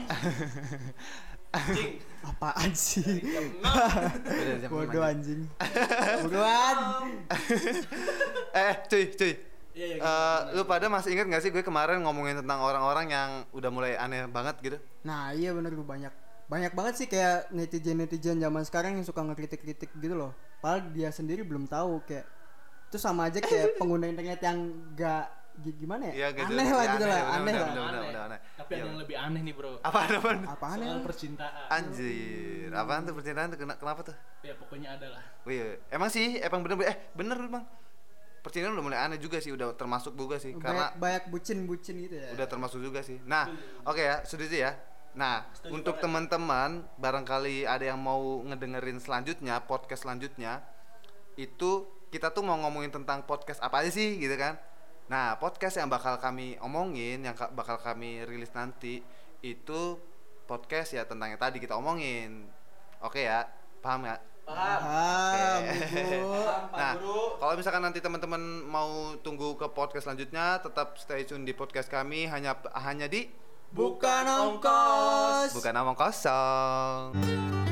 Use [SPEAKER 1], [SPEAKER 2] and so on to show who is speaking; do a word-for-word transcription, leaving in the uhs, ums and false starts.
[SPEAKER 1] Anjing.
[SPEAKER 2] Apaan sih?
[SPEAKER 1] Udah jam
[SPEAKER 2] Bodoh
[SPEAKER 1] enam.
[SPEAKER 2] anjing. Bodohan.
[SPEAKER 1] Eh, cuy, cuy.
[SPEAKER 3] Iya, iya,
[SPEAKER 1] Eh, lu pada masih ingat gak sih gue kemarin ngomongin tentang orang-orang yang udah mulai aneh banget gitu?
[SPEAKER 2] Nah, iya bener gue banyak. Banyak banget sih kayak netizen-netizen zaman sekarang yang suka ngekritik-kritik gitu loh. Padahal dia sendiri belum tahu kayak itu sama aja kayak pengguna internet yang gak gi- gimana ya?
[SPEAKER 1] Iya, gitu.
[SPEAKER 2] Aneh lah
[SPEAKER 1] Iya,
[SPEAKER 2] gitu
[SPEAKER 1] aneh,
[SPEAKER 2] lah,
[SPEAKER 1] bener,
[SPEAKER 2] aneh
[SPEAKER 1] bener,
[SPEAKER 2] lah.
[SPEAKER 1] bener.
[SPEAKER 3] Aneh.
[SPEAKER 1] bener, bener.
[SPEAKER 3] Tapi
[SPEAKER 1] Iya.
[SPEAKER 3] ada yang lebih aneh nih bro.
[SPEAKER 1] Apaan, apaan?
[SPEAKER 2] Apa aneh?
[SPEAKER 3] Soal percintaan.
[SPEAKER 1] Anjir, apaan tuh percintaan tuh? Kena- Kenapa tuh?
[SPEAKER 3] Ya pokoknya ada lah.
[SPEAKER 1] Wih, emang sih, emang bener eh bener bang. Percintaan udah mulai aneh juga sih, udah termasuk juga sih, karena
[SPEAKER 2] Banyak, banyak bucin-bucin gitu ya.
[SPEAKER 1] udah termasuk juga sih. Nah, oke ya, setuju ya. Nah,
[SPEAKER 3] Setuju
[SPEAKER 1] untuk
[SPEAKER 3] banget.
[SPEAKER 1] teman-teman, barangkali ada yang mau ngedengerin selanjutnya, podcast selanjutnya, itu kita tuh mau ngomongin tentang podcast apa aja sih, gitu kan? Nah, podcast yang bakal kami omongin, yang ka- bakal kami rilis nanti, itu podcast ya tentang yang tadi kita omongin. Oke ya, paham ya?
[SPEAKER 2] Paham,
[SPEAKER 1] Oke.
[SPEAKER 2] Ibu.
[SPEAKER 1] Nah, kalau misalkan nanti teman-teman mau tunggu ke podcast selanjutnya, tetap stay tune di podcast kami hanya hanya di
[SPEAKER 2] Bukan ongkos.
[SPEAKER 1] Bukan Omong Kosong.